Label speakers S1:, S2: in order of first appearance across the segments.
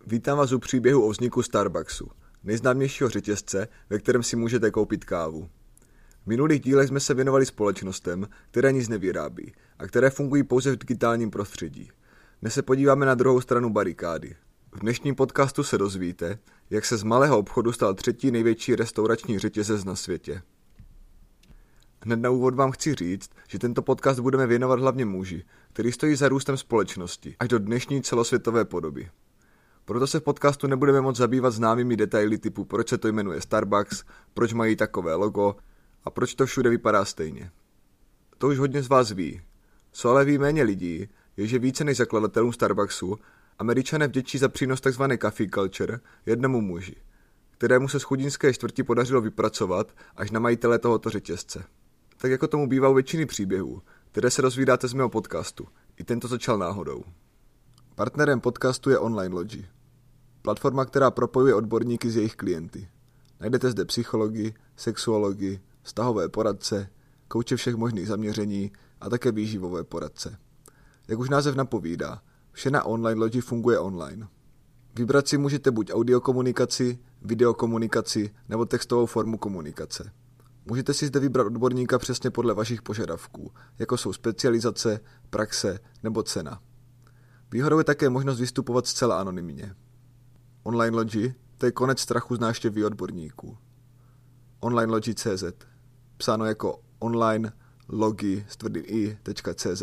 S1: Vítám vás u příběhu o vzniku Starbucksu, nejznámějšího řetězce, ve kterém si můžete koupit kávu. V minulých dílech jsme se věnovali společnostem, které nic nevyrábí a které fungují pouze v digitálním prostředí. Dnes se podíváme na druhou stranu barikády. V dnešním podcastu se dozvíte, jak se z malého obchodu stal třetí největší restaurační řetězec na světě. Hned na úvod vám chci říct, že tento podcast budeme věnovat hlavně muži, který stojí za růstem společnosti až do dnešní celosvětové podoby. Proto se v podcastu nebudeme moc zabývat známými detaily typu proč se to jmenuje Starbucks, proč mají takové logo a proč to všude vypadá stejně. To už hodně z vás ví. Co ale ví méně lidí, je, že více než zakladatelům Starbucksu Američané vděčí za přínos tzv. Coffee culture jednomu muži, kterému se z chudinské čtvrti podařilo vypracovat až na majitele tohoto řetězce. Tak jako tomu bývá u většiny příběhů, které se dozvídáte z mého podcastu, i tento začal náhodou. Partnerem podcastu je Online Logi, platforma, která propojuje odborníky s jejich klienty. Najdete zde psychologii, sexuologii, vztahové poradce, kouče všech možných zaměření a také výživové poradce. Jak už název napovídá, vše na Online Logi funguje online. Vybrat si můžete buď audiokomunikaci, videokomunikaci nebo textovou formu komunikace. Můžete si zde vybrat odborníka přesně podle vašich požadavků, jako jsou specializace, praxe nebo cena. Výhodou je také možnost vystupovat zcela anonymně. Online Logi, to je konec strachu z návštěvy odborníků. OnlineLogi.cz, psáno jako online logi .cz.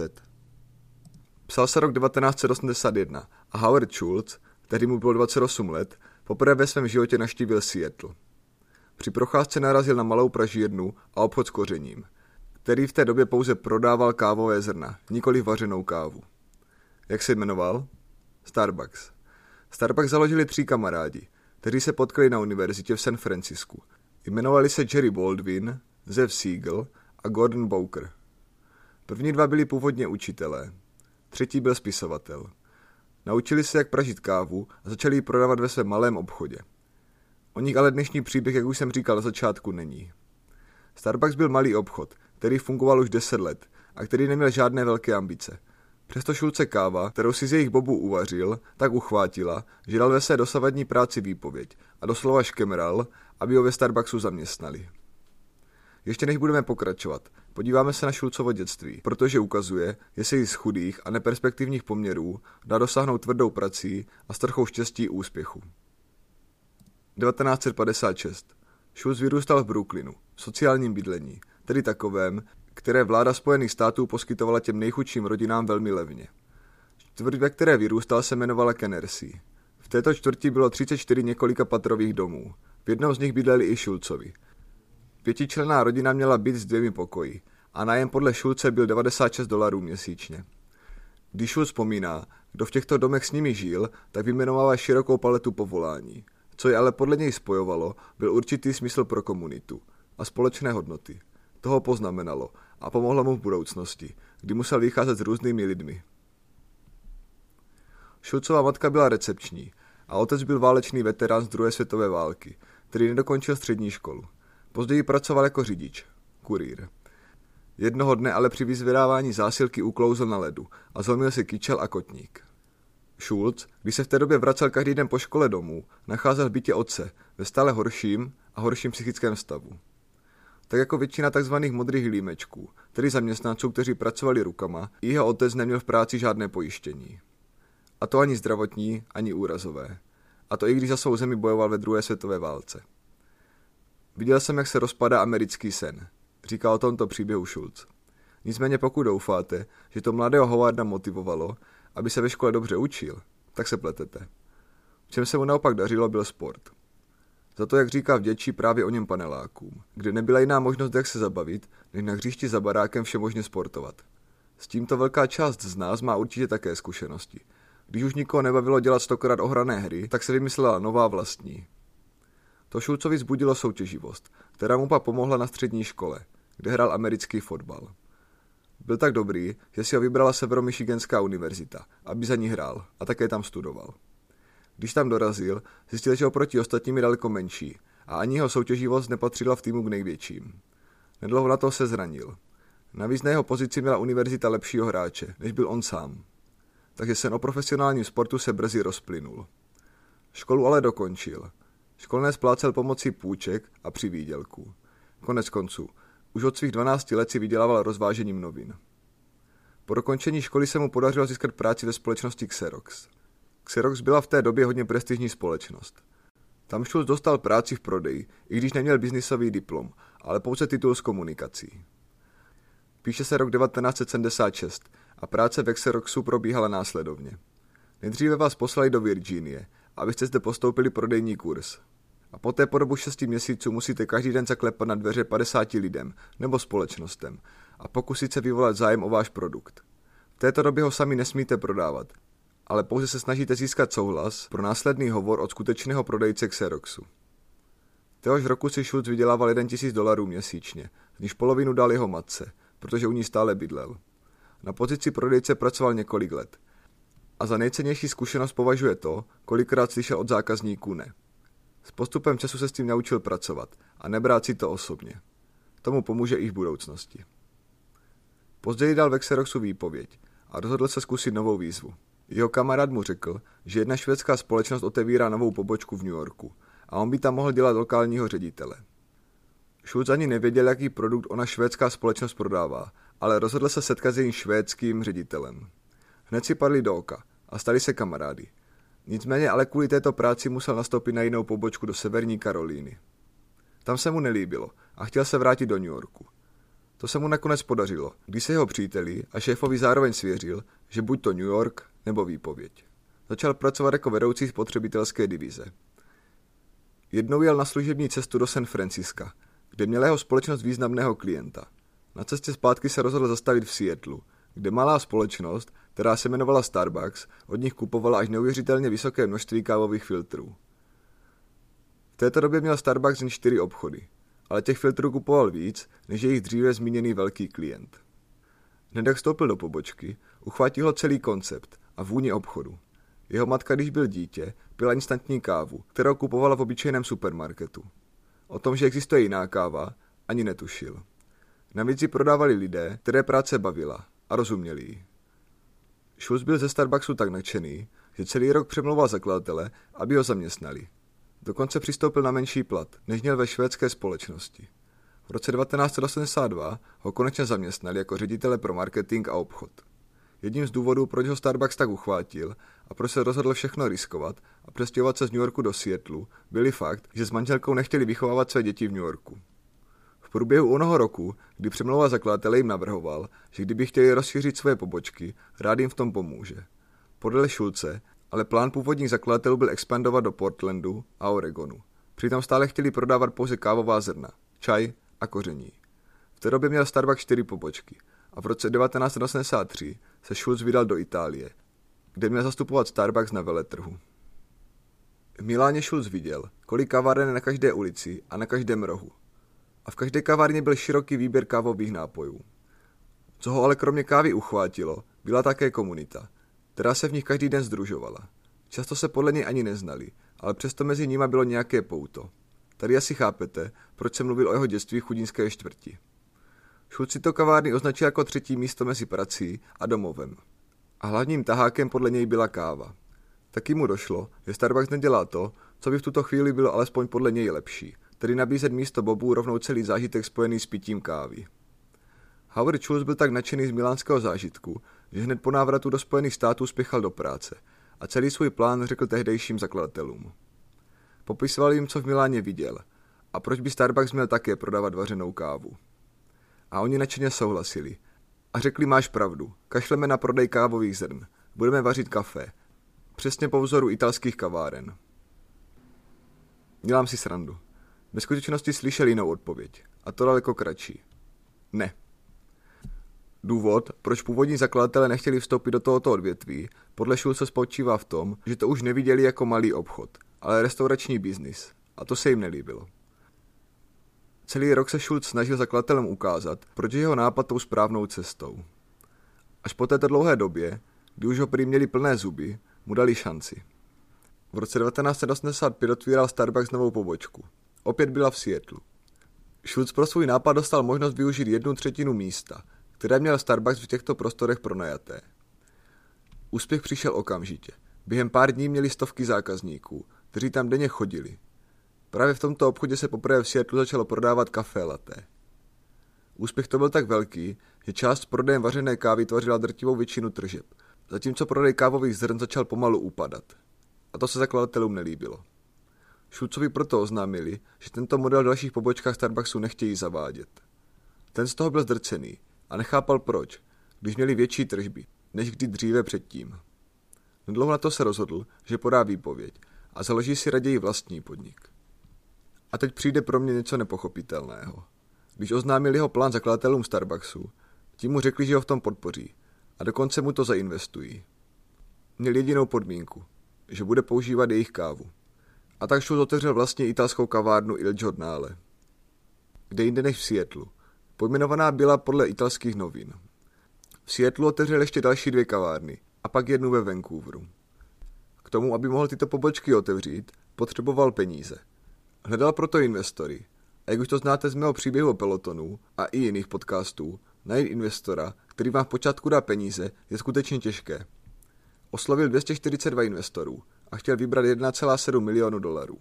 S1: Psal se rok 1981 a Howard Schultz, tehdy mu bylo 28 let, poprvé ve svém životě navštívil Seattle. Při procházce narazil na malou pražírnu a obchod s kořením, který v té době pouze prodával kávové zrna, nikoli vařenou kávu. Jak se jmenoval? Starbucks. Starbucks založili 3 kamarádi, kteří se potkali na univerzitě v San Francisku. Jmenovali se Jerry Baldwin, Zev Siegel a Gordon Bowker. První 2 byli původně učitelé, třetí byl spisovatel. Naučili se, jak pražit kávu a začali ji prodávat ve svém malém obchodě. O nich ale dnešní příběh, jak už jsem říkal na začátku, není. Starbucks byl malý obchod, který fungoval už 10 let a který neměl žádné velké ambice. Přesto Schultze káva, kterou si z jejich bobů uvařil, tak uchvátila, že dal ve své dosavadní práci výpověď a doslova škemral, aby ho ve Starbucksu zaměstnali. Ještě než budeme pokračovat, podíváme se na Schultzovo dětství, protože ukazuje, že se jí z chudých a neperspektivních poměrů dá dosáhnout tvrdou prací a s trochou štěstí úspěchu. 1956. Schultz vyrůstal v Brooklynu, v sociálním bydlení, tedy takovém, které vláda Spojených států poskytovala těm nejchudším rodinám velmi levně. Čtvrť, ve které vyrůstal, se jmenovala Canarsie. V této čtvrti bylo 34 několikapatrových domů. V jednom z nich bydleli i Schultzovi. 5členná rodina měla byt s 2 pokoji a nájem podle Schultze byl $96 měsíčně. Když Schultz vzpomíná, kdo v těchto domech s nimi žil, tak vyjmenovává širokou paletu povolání. Co je ale podle něj spojovalo, byl určitý smysl pro komunitu a společné hodnoty. Toho poznamenalo a pomohlo mu v budoucnosti, kdy musel vycházet s různými lidmi. Schultzova matka byla recepční a otec byl válečný veterán z druhé světové války, který nedokončil střední školu. Později pracoval jako řidič, kurýr. Jednoho dne ale při vyzvedávání zásilky uklouzl na ledu a zlomil si kyčel a kotník. Schultz, když se v té době vracel každý den po škole domů, nacházel v bytě otce ve stále horším a horším psychickém stavu. Tak jako většina tzv. Modrých límečků, tedy zaměstnanců, kteří pracovali rukama, i jeho otec neměl v práci žádné pojištění. A to ani zdravotní, ani úrazové. A to i když za svou zemi bojoval ve druhé světové válce. Viděl jsem, jak se rozpadá americký sen, říkal o tomto příběhu Schultz. Nicméně pokud doufáte, že to mladého Howarda motivovalo, aby se ve škole dobře učil, tak se pletete. V čem se mu naopak dařilo, byl sport. Za to, jak říká, vděčí právě o něm panelákům, kde nebyla jiná možnost, jak se zabavit, než na hřišti za barákem všemožně sportovat. S tímto velká část z nás má určitě také zkušenosti. Když už nikoho nebavilo dělat 100krát ohrané hry, tak se vymyslela nová vlastní. To Schultzovi vzbudilo soutěživost, která mu pak pomohla na střední škole, kde hrál americký fotbal. Byl tak dobrý, že si ho vybrala Severomichiganská univerzita, aby za ní hrál a také tam studoval. Když tam dorazil, zjistil, že oproti ostatním je daleko menší a ani jeho soutěživost nepatřila v týmu k největším. Nedlouho na to se zranil. Navíc na jeho pozici měla univerzita lepšího hráče, než byl on sám. Takže sen o profesionálním sportu se brzy rozplynul. Školu ale dokončil. Školné splácel pomocí půjček a přivýdělků. Konec konců, už od svých 12 let si vydělával rozvážením novin. Po dokončení školy se mu podařilo získat práci ve společnosti Xerox. Xerox byla v té době hodně prestižní společnost. Tam Schulz dostal práci v prodeji, i když neměl biznisový diplom, ale pouze titul z komunikací. Píše se rok 1976 a práce ve Xeroxu probíhala následovně. Nejdříve vás poslali do Virginie, abyste zde postoupili prodejní kurz. A poté po dobu 6 měsíců musíte každý den zaklepat na dveře 50 lidem nebo společnostem a pokusit se vyvolat zájem o váš produkt. V této době ho sami nesmíte prodávat, ale pouze se snažíte získat souhlas pro následný hovor od skutečného prodejce Xeroxu. Téhož roku si Schulz vydělával $1,000 měsíčně, z níž polovinu dal jeho matce, protože u ní stále bydlel. Na pozici prodejce pracoval několik let. A za nejcennější zkušenost považuje to, kolikrát slyšel od zákazníků ne. S postupem času se s tím naučil pracovat a nebrát si to osobně. Tomu pomůže i v budoucnosti. Později dal ve Xeroxu výpověď a rozhodl se zkusit novou výzvu. Jeho kamarád mu řekl, že jedna švédská společnost otevírá novou pobočku v New Yorku a on by tam mohl dělat lokálního ředitele. Schulz ani nevěděl, jaký produkt ona švédská společnost prodává, ale rozhodl se setkat s jejím švédským ředitelem. Hned si padli do oka a stali se kamarády. Nicméně ale kvůli této práci musel nastoupit na jinou pobočku do Severní Karolíny. Tam se mu nelíbilo a chtěl se vrátit do New Yorku. To se mu nakonec podařilo, když se jeho příteli a šéfovi zároveň svěřil, že buď to New York nebo výpověď. Začal pracovat jako vedoucí spotřebitelské divize. Jednou jel na služební cestu do San Francisca, kde měla jeho společnost významného klienta. Na cestě zpátky se rozhodl zastavit v Seattlu, kde malá společnost, která se jmenovala Starbucks, od nich kupovala až neuvěřitelně vysoké množství kávových filtrů. V této době měl Starbucks jen 4 obchody, ale těch filtrů kupoval víc, než jejich dříve zmíněný velký klient. Hned jak vstoupil do pobočky, uchvátil ho celý koncept a vůni obchodu. Jeho matka, když byl dítě, pila instantní kávu, kterou kupovala v obyčejném supermarketu. O tom, že existuje jiná káva, ani netušil. Navíc ji prodávali lidé, které práce bavila a rozuměli jí. Schulz byl ze Starbucksu tak nadšený, že celý rok přemlouval zakladatele, aby ho zaměstnali. Dokonce přistoupil na menší plat, než měl ve švédské společnosti. V roce 1982 ho konečně zaměstnali jako ředitele pro marketing a obchod. Jedním z důvodů, proč ho Starbucks tak uchvátil a proč se rozhodl všechno riskovat a přestěhovat se z New Yorku do Seattlu, byl fakt, že s manželkou nechtěli vychovávat své děti v New Yorku. V průběhu onoho roku, kdy přemlouval zakladatele, jim navrhoval, že kdyby chtěli rozšířit své pobočky, rád jim v tom pomůže. Podle Schulze, ale plán původních zakladatelů byl expandovat do Portlandu a Oregonu. Přitom stále chtěli prodávat pouze kávová zrna, čaj a koření. V té době měl Starbucks 4 pobočky a v roce 1983 se Schulz vydal do Itálie, kde měl zastupovat Starbucks na veletrhu. V Miláně Schulz viděl, kolik kaváren je na každé ulici a na každém rohu. A v každé kavárně byl široký výběr kávových nápojů. Co ho ale kromě kávy uchvátilo, byla také komunita, která se v nich každý den sdružovala. Často se podle něj ani neznali, ale přesto mezi nimi bylo nějaké pouto. Tady asi chápete, proč jsem mluvil o jeho dětství v chudinské čtvrti. Schulz si to kavárny označil jako 3. místo mezi prací a domovem. A hlavním tahákem podle něj byla káva. Taky mu došlo, že Starbucks nedělá to, co by v tuto chvíli bylo alespoň podle něj lepší, tedy nabízet místo bobů rovnou celý zážitek spojený s pitím kávy. Howard Schulz byl tak nadšený z milánského zážitku, že hned po návratu do Spojených států spěchal do práce a celý svůj plán řekl tehdejším zakladatelům. Popisoval jim, co v Miláně viděl a proč by Starbucks měl také prodávat vařenou kávu. A oni nadšeně souhlasili a řekli: máš pravdu, kašleme na prodej kávových zrn, budeme vařit kafe, přesně po vzoru italských kaváren. Dělám si srandu. Ve skutečnosti slyšel jinou odpověď, a to daleko kratší. Ne. Důvod, proč původní zakladatelé nechtěli vstoupit do tohoto odvětví, podle Schulze spočívá v tom, že to už neviděli jako malý obchod, ale restaurační biznis. A to se jim nelíbilo. Celý rok se Schulz snažil zakladatelům ukázat, proč je jeho nápad tou správnou cestou. Až po této dlouhé době, kdy už ho prý měli plné zuby, mu dali šanci. V roce 1985 otvíral Starbucks novou pobočku. Opět byla v Seattlu. Schulz pro svůj nápad dostal možnost využít 1/3 místa, které měl Starbucks v těchto prostorech pronajaté. Úspěch přišel okamžitě. Během pár dní měli stovky zákazníků, kteří tam denně chodili. Právě v tomto obchodě se poprvé v Seattlu začalo prodávat kafé latte. Úspěch to byl tak velký, že část s prodejem vařené kávy tvořila drtivou většinu tržeb, zatímco prodej kávových zrn začal pomalu upadat. A to se zakladatelům nelíbilo. Schultzovi proto oznámili, že tento model v dalších pobočkách Starbucksu nechtějí zavádět. Ten z toho byl zdrcený a nechápal proč, když měli větší tržby, než kdy dříve předtím. Nedlouho na to se rozhodl, že podá výpověď a založí si raději vlastní podnik. A teď přijde pro mě něco nepochopitelného. Když oznámil jeho plán zakladatelům Starbucksu, ti mu řekli, že ho v tom podpoří a dokonce mu to zainvestují. Měl jedinou podmínku, že bude používat jejich kávu. A tak Schultz otevřel vlastně italskou kavárnu Il Giornale. Kde jinde než v Seattlu. Pojmenovaná byla podle italských novin. V Seattlu otevřel ještě další 2 kavárny a pak jednu ve Vancouveru. K tomu, aby mohl tyto pobočky otevřít, potřeboval peníze. Hledal proto investory. A jak už to znáte z mého příběhu o Pelotonu a i jiných podcastů, najít investora, který vám v počátku dá peníze, je skutečně těžké. Oslovil 242 investorů a chtěl vybrat 1,7 milionu dolarů.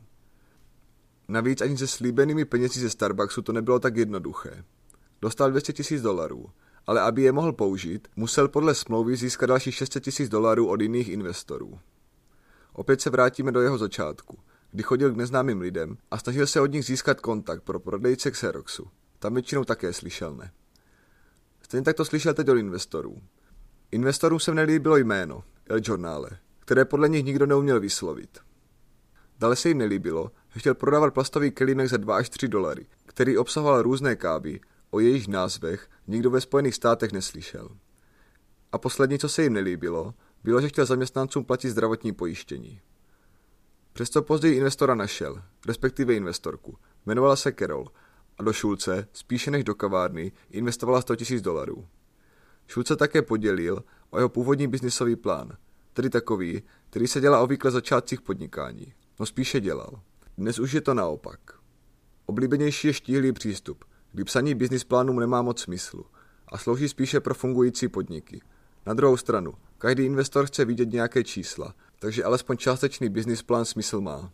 S1: Navíc ani se slíbenými penězi ze Starbucksu to nebylo tak jednoduché. Dostal 200 000 dolarů, ale aby je mohl použít, musel podle smlouvy získat dalších 600 000 dolarů od jiných investorů. Opět se vrátíme do jeho začátku, kdy chodil k neznámým lidem a snažil se od nich získat kontakt pro prodejce Xeroxu. Tam většinou také slyšel ne. Stejně tak to slyšel teď od investorů. Investorům se nelíbilo jméno Il Giornale, které podle nich nikdo neuměl vyslovit. Dále se jim nelíbilo, že chtěl prodávat plastový kelímek za 2 až 3 dolary, který obsahoval různé kávy, o jejich názvech nikdo ve Spojených státech neslyšel. A poslední, co se jim nelíbilo, bylo, že chtěl zaměstnancům platit zdravotní pojištění. Přesto později investora našel, respektive investorku. Jmenovala se Carol a do Schultze, spíše než do kavárny, investovala 100 000 dolarů. Schultz se také podělil o jeho původní biznisový plán, tedy takový, který se dělá obvykle začátcích podnikání. No spíše dělal. Dnes už je to naopak. Oblíbenější je štíhlý přístup, kdy psaní businessplánu nemá moc smyslu a slouží spíše pro fungující podniky. Na druhou stranu, každý investor chce vidět nějaké čísla, takže alespoň částečný businessplán smysl má.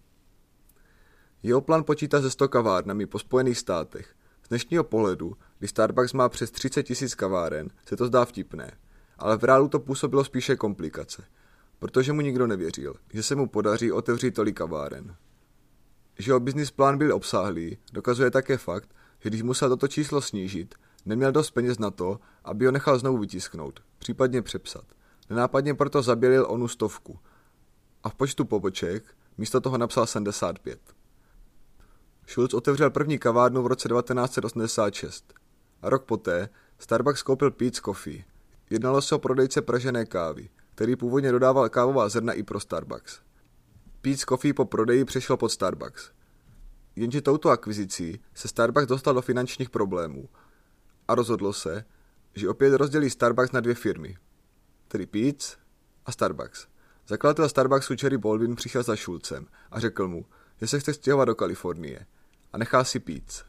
S1: Jeho plán počítá se 100 kavárnami po Spojených státech. Z dnešního pohledu, kdy Starbucks má přes 30 000 kaváren, se to zdá vtipné, ale v reálu to působilo spíše komplikace, protože mu nikdo nevěřil, že se mu podaří otevřít tolik kaváren. Že jeho businessplán byl obsáhlý, dokazuje také fakt, že když musel toto číslo snížit, neměl dost peněz na to, aby ho nechal znovu vytisknout, případně přepsat. Nenápadně proto zabělil onu 100 a v počtu poboček místo toho napsal 75. Schultz otevřel první kavárnu v roce 1986 a rok poté Starbucks koupil Peet's Coffee. Jednalo se o prodejce pražené kávy, který původně dodával kávová zrna i pro Starbucks. Peet's Coffee po prodeji přešel pod Starbucks. Jenže touto akvizicí se Starbucks dostal do finančních problémů a rozhodlo se, že opět rozdělí Starbucks na 2 firmy, tedy Peet's a Starbucks. Zakladatel Starbucksu Jerry Baldwin přišel za Schultzem a řekl mu, že se chce stěhovat do Kalifornie a nechá si Peet's.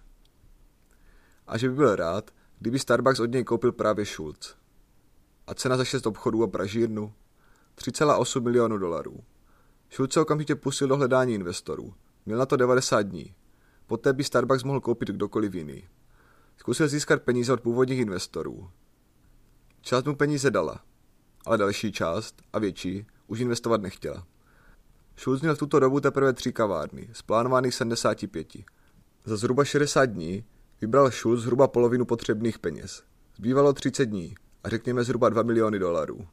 S1: A že by byl rád, kdyby Starbucks od něj koupil právě Schultz. A cena za 6 obchodů a pražírnu? 3,8 milionu dolarů. Schultz se okamžitě pustil do hledání investorů. Měl na to 90 dní. Poté by Starbucks mohl koupit kdokoliv jiný. Zkusil získat peníze od původních investorů. Část mu peníze dala, ale další část a větší už investovat nechtěla. Schultz měl v tuto dobu teprve 3 kavárny, z plánovaných 75. Za zhruba 60 dní vybral Schultz zhruba polovinu potřebných peněz. Zbývalo 30 dní a řekněme zhruba 2 miliony dolarů.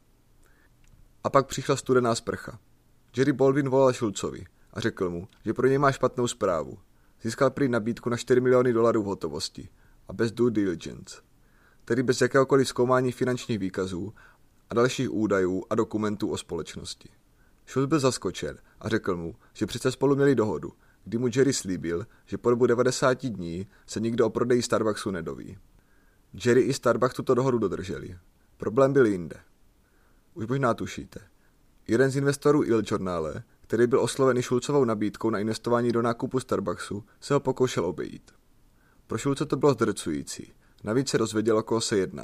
S1: A pak přišla studená sprcha. Jerry Baldwin volal Schultzovi a řekl mu, že pro něj má špatnou zprávu. Získal prý nabídku na 4 miliony dolarů v hotovosti a bez due diligence, tedy bez jakéhokoliv zkoumání finančních výkazů a dalších údajů a dokumentů o společnosti. Schultz byl zaskočen a řekl mu, že přece spolu měli dohodu, kdy mu Jerry slíbil, že po dobu 90 dní se nikdo o prodeji Starbucksu nedoví. Jerry i Starbucks tuto dohodu dodrželi. Problém byl jinde. Už možná tušíte. Jeden z investorů Il Giornale, který byl osloven i Schultzovou nabídkou na investování do nákupu Starbucksu, se ho pokoušel obejít. Pro Schultze to bylo zdrcující. Navíc se dozvěděl, o koho se jedná.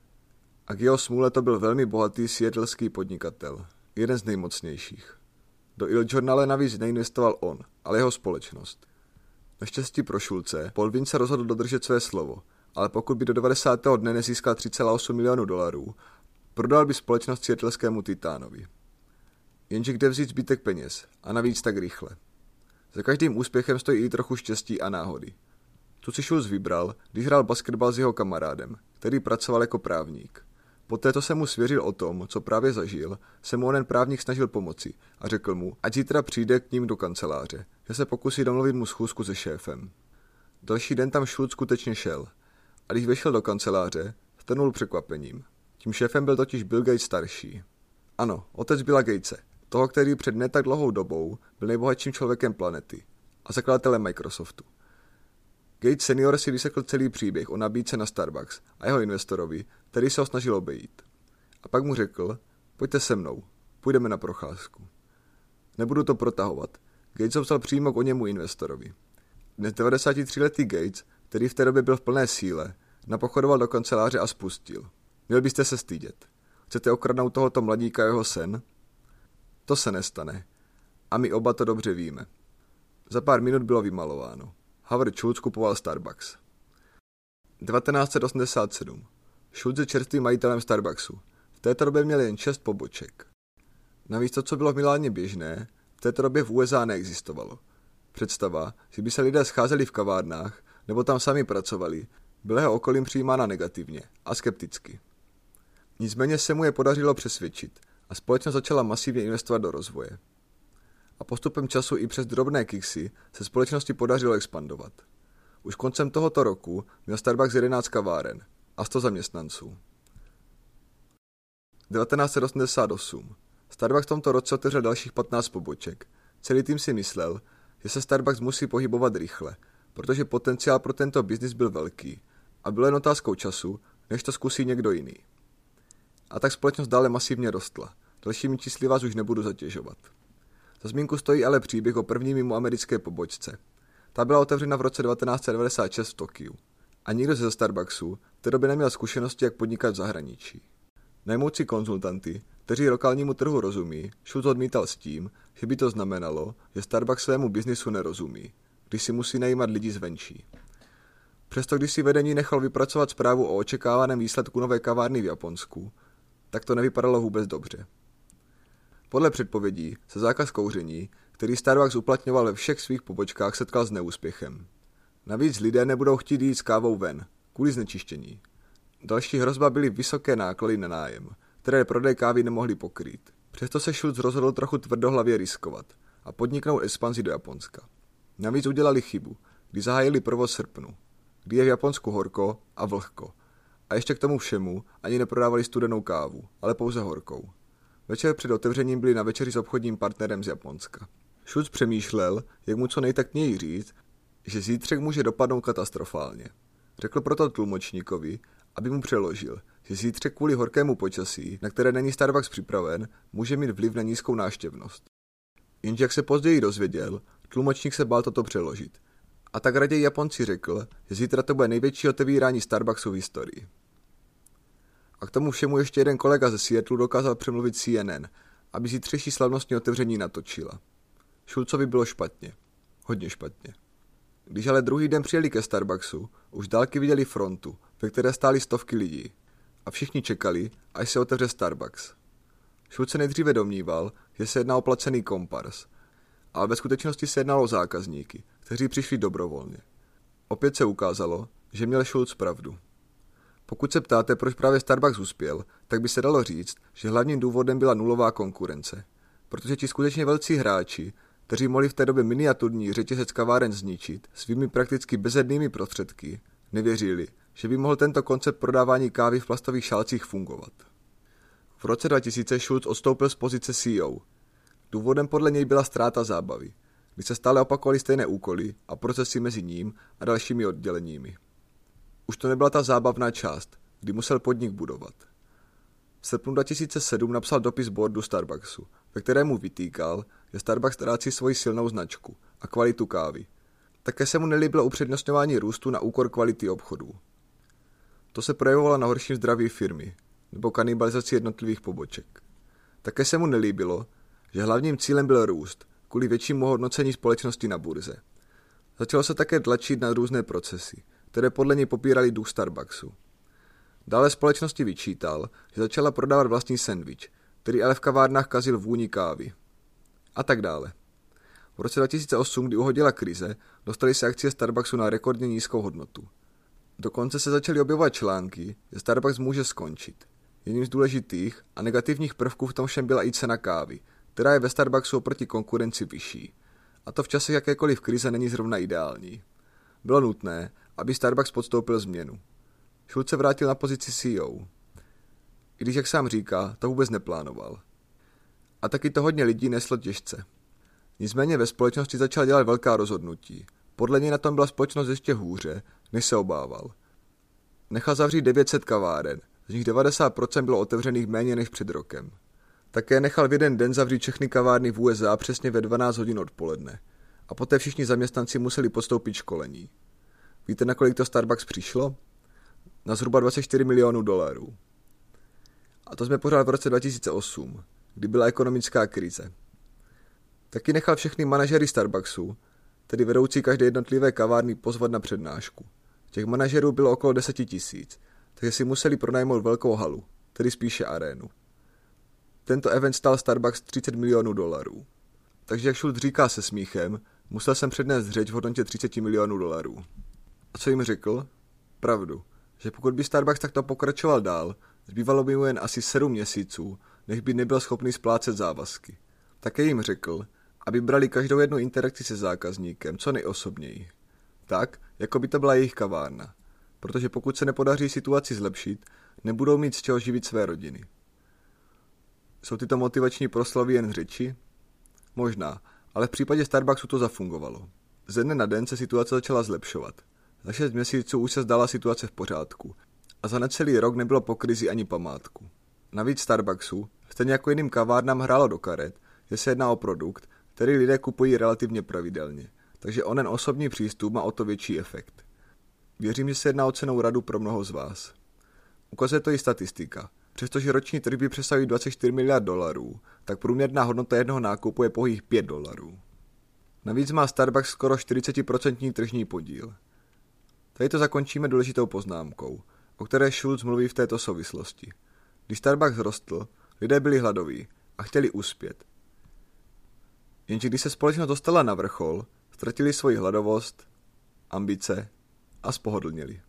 S1: A k jeho smůle to byl velmi bohatý seattleský podnikatel, jeden z nejmocnějších. Do Il Giornale navíc neinvestoval on, ale jeho společnost. Naštěstí pro Schulze, Paul Vince se rozhodl dodržet své slovo, ale pokud by do 90. dne nezískal 3,8 milionů dolarů, prodal by společnost seattleskému Titánovi. Jenže kde vzít zbytek peněz, a navíc tak rychle. Za každým úspěchem stojí i trochu štěstí a náhody. Tu si Schulz vybral, když hrál basketbal s jeho kamarádem, který pracoval jako právník. Poté, co se mu svěřil o tom, co právě zažil, se mu onen právník snažil pomoci a řekl mu, ať zítra přijde k ním do kanceláře, že se pokusí domluvit mu schůzku se šéfem. Další den tam Schulz skutečně šel a když vešel do kanceláře, strnul překvapením. Tím šéfem byl totiž Bill Gates starší. Ano, otec Billa Gatese, toho, který před ne tak dlouhou dobou byl nejbohatším člověkem planety a zakladatelem Microsoftu. Gates senior si vysekl celý příběh o nabídce na Starbucks a jeho investorovi, který se ho snažil obejít. A pak mu řekl, pojďte se mnou, půjdeme na procházku. Nebudu to protahovat. Gates ho vzal přímo k oněmu investorovi. Dnes 93letý Gates, který v té době byl v plné síle, napochodoval do kanceláře a spustil. Měl byste se stydět. Chcete okradnout tohoto mladíka jeho sen? To se nestane. A my oba to dobře víme. Za pár minut bylo vymalováno. Howard Schulz kupoval Starbucks. 1987. Schulz je čerstvým majitelem Starbucksu. V této době měl jen 6 poboček. Navíc to, co bylo v Miláně běžné, v této době v USA neexistovalo. Představa, že by se lidé scházeli v kavárnách nebo tam sami pracovali, byla jeho okolím přijímána negativně a skepticky. Nicméně se mu je podařilo přesvědčit a společnost začala masivně investovat do rozvoje. A postupem času i přes drobné kiksy se společnosti podařilo expandovat. Už koncem tohoto roku měl Starbucks 11 kaváren a 100 zaměstnanců. 1988. Starbucks v tomto roce otevřel dalších 15 poboček. Celý tým si myslel, že se Starbucks musí pohybovat rychle, protože potenciál pro tento biznis byl velký a bylo jen otázkou času, než to zkusí někdo jiný. A tak společnost dále masivně rostla. Dalšími čísly vás už nebudu zatěžovat. Za zmínku stojí ale příběh o první mimo americké pobočce. Ta byla otevřena v roce 1996 v Tokiu. A nikdo ze Starbucksu v té době neměl zkušenosti, jak podnikat v zahraničí. Najmoucí konzultanty, kteří lokálnímu trhu rozumí, Schulz odmítal s tím, že by to znamenalo, že Starbucks svému biznisu nerozumí, když si musí najímat lidi zvenčí. Přesto když si vedení nechal vypracovat zprávu o očekávaném výsledku nové kavárny v Japonsku, tak to nevypadalo vůbec dobře. Podle předpovědí se zákaz kouření, který Starbucks uplatňoval ve všech svých pobočkách, setkal s neúspěchem. Navíc lidé nebudou chtít jít s kávou ven, kvůli znečištění. Další hrozba byly vysoké náklady na nájem, které prodej kávy nemohli pokrýt. Přesto se Schulz rozhodl trochu tvrdohlavě riskovat a podniknout expanzi do Japonska. Navíc udělali chybu, kdy zahájili provoz v srpnu, kdy je v Japonsku horko a vlhko. A ještě k tomu všemu ani neprodávali studenou kávu, ale pouze horkou. Večer před otevřením byli na večeři s obchodním partnerem z Japonska. Schulz přemýšlel, jak mu co nejtaktněji říct, že zítřek může dopadnout katastrofálně. Řekl proto tlumočníkovi, aby mu přeložil, že zítřek kvůli horkému počasí, na které není Starbucks připraven, může mít vliv na nízkou návštěvnost. Jenže jak se později dozvěděl, tlumočník se bál toto přeložit. A tak raději Japonci řekl, že zítra to bude největší otevírání Starbucksu v historii. A k tomu všemu ještě jeden kolega ze Seattlu dokázal přemluvit CNN, aby zítřejší slavnostní otevření natočila. Schulzovi bylo špatně. Hodně špatně. Když ale druhý den přijeli ke Starbucksu, už dálky viděli frontu, ve které stály stovky lidí. A všichni čekali, až se otevře Starbucks. Schulz se nejdříve domníval, že se jedná o placený kompars, ale ve skutečnosti se jednalo o zákazníky, kteří přišli dobrovolně. Opět se ukázalo, že měl Schulz pravdu. Pokud se ptáte, proč právě Starbucks uspěl, tak by se dalo říct, že hlavním důvodem byla nulová konkurence. Protože ti skutečně velcí hráči, kteří mohli v té době miniaturní řetězec kaváren zničit svými prakticky bezednými prostředky, nevěřili, že by mohl tento koncept prodávání kávy v plastových šálcích fungovat. V roce 2000 Schulz odstoupil z pozice CEO. Důvodem podle něj byla ztráta zábavy, kdy se stále opakovaly stejné úkoly a procesy mezi ním a dalšími odděleními. Už to nebyla ta zábavná část, kdy musel podnik budovat. V srpnu 2007 napsal dopis boardu Starbucksu, ve kterému vytýkal, že Starbucks ztrácí svoji silnou značku a kvalitu kávy. Také se mu nelíbilo upřednostňování růstu na úkor kvality obchodů. To se projevovalo na horším zdraví firmy nebo kanibalizaci jednotlivých poboček. Také se mu nelíbilo, že hlavním cílem byl růst, kvůli většímu hodnocení společnosti na burze. Začalo se také tlačit na různé procesy, které podle něj popíraly duch Starbucksu. Dále společnosti vyčítal, že začala prodávat vlastní sendvič, který ale v kavárnách kazil vůni kávy. A tak dále. V roce 2008, kdy uhodila krize, dostaly se akcie Starbucksu na rekordně nízkou hodnotu. Dokonce se začaly objevovat články, že Starbucks může skončit. Jedním z důležitých a negativních prvků v tom všem byla i cena kávy, která je ve Starbucksu oproti konkurenci vyšší. A to v čase jakékoliv krize není zrovna ideální. Bylo nutné, aby Starbucks podstoupil změnu. Schulz se vrátil na pozici CEO. I když, jak sám říká, to vůbec neplánoval. A taky to hodně lidí neslo těžce. Nicméně ve společnosti začala dělat velká rozhodnutí. Podle něj na tom byla společnost ještě hůře, než se obával. Nechal zavřít 900 kaváren, z nich 90% bylo otevřených méně než před rokem. Také nechal v jeden den zavřít všechny kavárny v USA přesně ve 12 hodin odpoledne. A poté všichni zaměstnanci museli podstoupit školení. Víte, na kolik to Starbucks přišlo? Na zhruba 24 milionů dolarů. A to jsme pořád v roce 2008, kdy byla ekonomická krize. Taky nechal všechny manažery Starbucksu, tedy vedoucí každé jednotlivé kavárny, pozvat na přednášku. Těch manažerů bylo okolo 10 000, takže si museli pronajmout velkou halu, tedy spíše arénu. Tento event stál Starbucks 30 milionů dolarů. Takže jak Schulz říká se smíchem, musel jsem přednést řeč v hodnotě 30 milionů dolarů. A co jim řekl? Pravdu, že pokud by Starbucks takto pokračoval dál, zbývalo by mu jen asi 7 měsíců, než by nebyl schopný splácet závazky. Také jim řekl, aby brali každou jednu interakci se zákazníkem co nejosobněji. Tak, jako by to byla jejich kavárna. Protože pokud se nepodaří situaci zlepšit, nebudou mít z čeho živit své rodiny. Jsou tyto motivační proslovy jen řeči? Možná, ale v případě Starbucksu to zafungovalo. Ze dne na den se situace začala zlepšovat. Za 6 měsíců už se zdala situace v pořádku a za necelý rok nebylo po krizi ani památku. Navíc Starbucksu, stejně jako jiným kavárnám, hrálo do karet, že se jedná o produkt, který lidé kupují relativně pravidelně, takže onen osobní přístup má o to větší efekt. Věřím, že se jedná o cennou radu pro mnoho z vás. Ukazuje to i statistika. Přestože roční tržby přesahují 24 miliard dolarů, tak průměrná hodnota jednoho nákupu je pouhých $5. Navíc má Starbucks skoro 40% tržní podíl. Tady to zakončíme důležitou poznámkou, o které Schulz mluví v této souvislosti. Když Starbucks rostl, lidé byli hladoví a chtěli uspět. Jenže když se společnost dostala na vrchol, ztratili svoji hladovost, ambice a spohodlněli.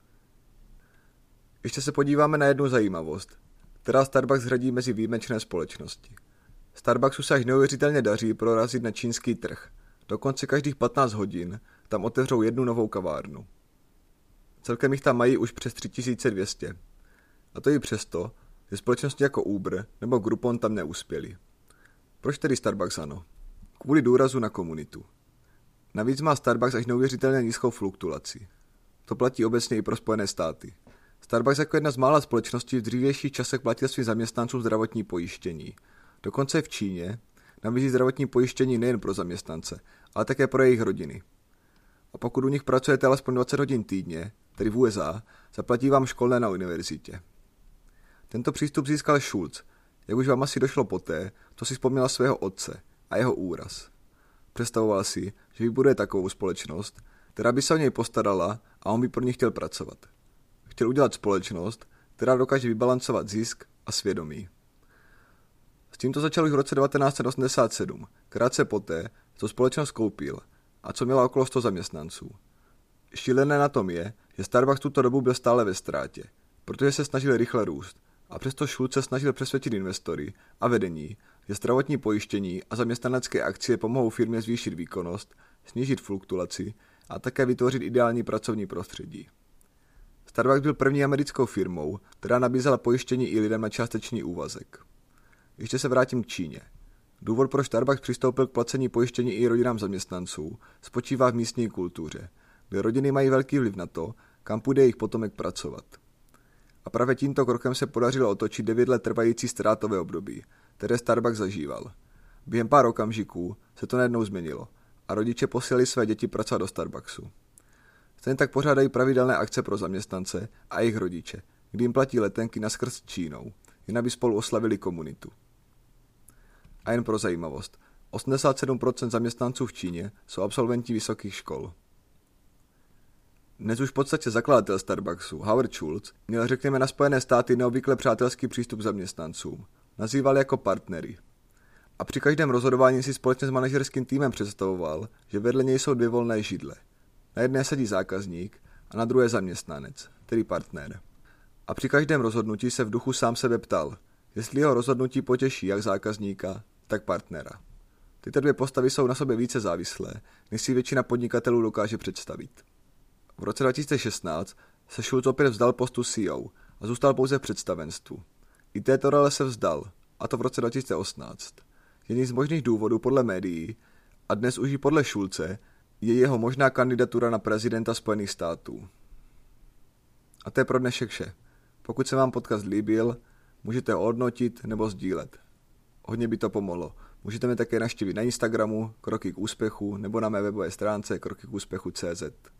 S1: Ještě se podíváme na jednu zajímavost, která Starbucks řadí mezi výjimečné společnosti. Starbucksu se až neuvěřitelně daří prorazit na čínský trh. Dokonce každých 15 hodin tam otevřou jednu novou kavárnu. Celkem jich tam mají už přes 3200. A to i přesto, že společnosti jako Uber nebo Groupon tam neuspěly. Proč tedy Starbucks ano? Kvůli důrazu na komunitu. Navíc má Starbucks až neuvěřitelně nízkou fluktuaci. To platí obecně i pro Spojené státy. Starbucks jako jedna z mála společností v dřívějších časech platil svým zaměstnancům zdravotní pojištění. Dokonce v Číně nabízí zdravotní pojištění nejen pro zaměstnance, ale také pro jejich rodiny. A pokud u nich pracujete alespoň 20 hodin týdně, tedy v USA, zaplatí vám školné na univerzitě. Tento přístup získal Schulz, jak už vám asi došlo poté, to si vzpomněla svého otce a jeho úraz. Představoval si, že vybuduje takovou společnost, která by se o něj postarala a on by pro ní chtěl pracovat. Chtěl udělat společnost, která dokáže vybalancovat zisk a svědomí. S tímto začal už v roce 1987, krátce poté, co společnost koupil a co měla okolo 100 zaměstnanců. Šílené na tom je, že Starbucks tuto dobu byl stále ve ztrátě, protože se snažil rychle růst a přesto Schulz se snažil přesvědčit investory a vedení, že zdravotní pojištění a zaměstnanecké akcie pomohou firmě zvýšit výkonnost, snížit fluktuaci a také vytvořit ideální pracovní prostředí. Starbucks byl první americkou firmou, která nabízela pojištění i lidem na částečný úvazek. Ještě se vrátím k Číně. Důvod, proč Starbucks přistoupil k placení pojištění i rodinám zaměstnanců, spočívá v místní kultuře, kde rodiny mají velký vliv na to, kam půjde jejich potomek pracovat. A právě tímto krokem se podařilo otočit 9 let trvající ztrátové období, které Starbucks zažíval. Během pár okamžiků se to najednou změnilo a rodiče posílali své děti pracovat do Starbucksu. Stejně tak pořádají pravidelné akce pro zaměstnance a jejich rodiče, kdy jim platí letenky naskrz Čínou, jen aby spolu oslavili komunitu. A jen pro zajímavost, 87% zaměstnanců v Číně jsou absolventi vysokých škol. Dnes už v podstatě zakladatel Starbucksu, Howard Schultz, měl řekněme na Spojené státy neobvykle přátelský přístup k zaměstnancům. Nazýval jako partnery. A při každém rozhodování si společně s manažerským týmem představoval, že vedle něj jsou dvě volné židle. Na jedné sedí zákazník a na druhé zaměstnanec, tedy partner. A při každém rozhodnutí se v duchu sám sebe ptal, jestli jeho rozhodnutí potěší jak zákazníka, tak partnera. Tyto dvě postavy jsou na sobě více závislé, než si většina podnikatelů dokáže představit. V roce 2016 se Schultz opět vzdal postu CEO a zůstal pouze v představenstvu. I této role se vzdal, a to v roce 2018. Jedním z možných důvodů podle médií, a dnes už i podle Schulze, je jeho možná kandidatura na prezidenta Spojených států. A to je pro dnešek vše. Pokud se vám podcast líbil, můžete ho hodnotit nebo sdílet. Hodně by to pomohlo. Můžete mě také navštívit na Instagramu Kroky k úspěchu nebo na mé webové stránce krokykuspechu.cz.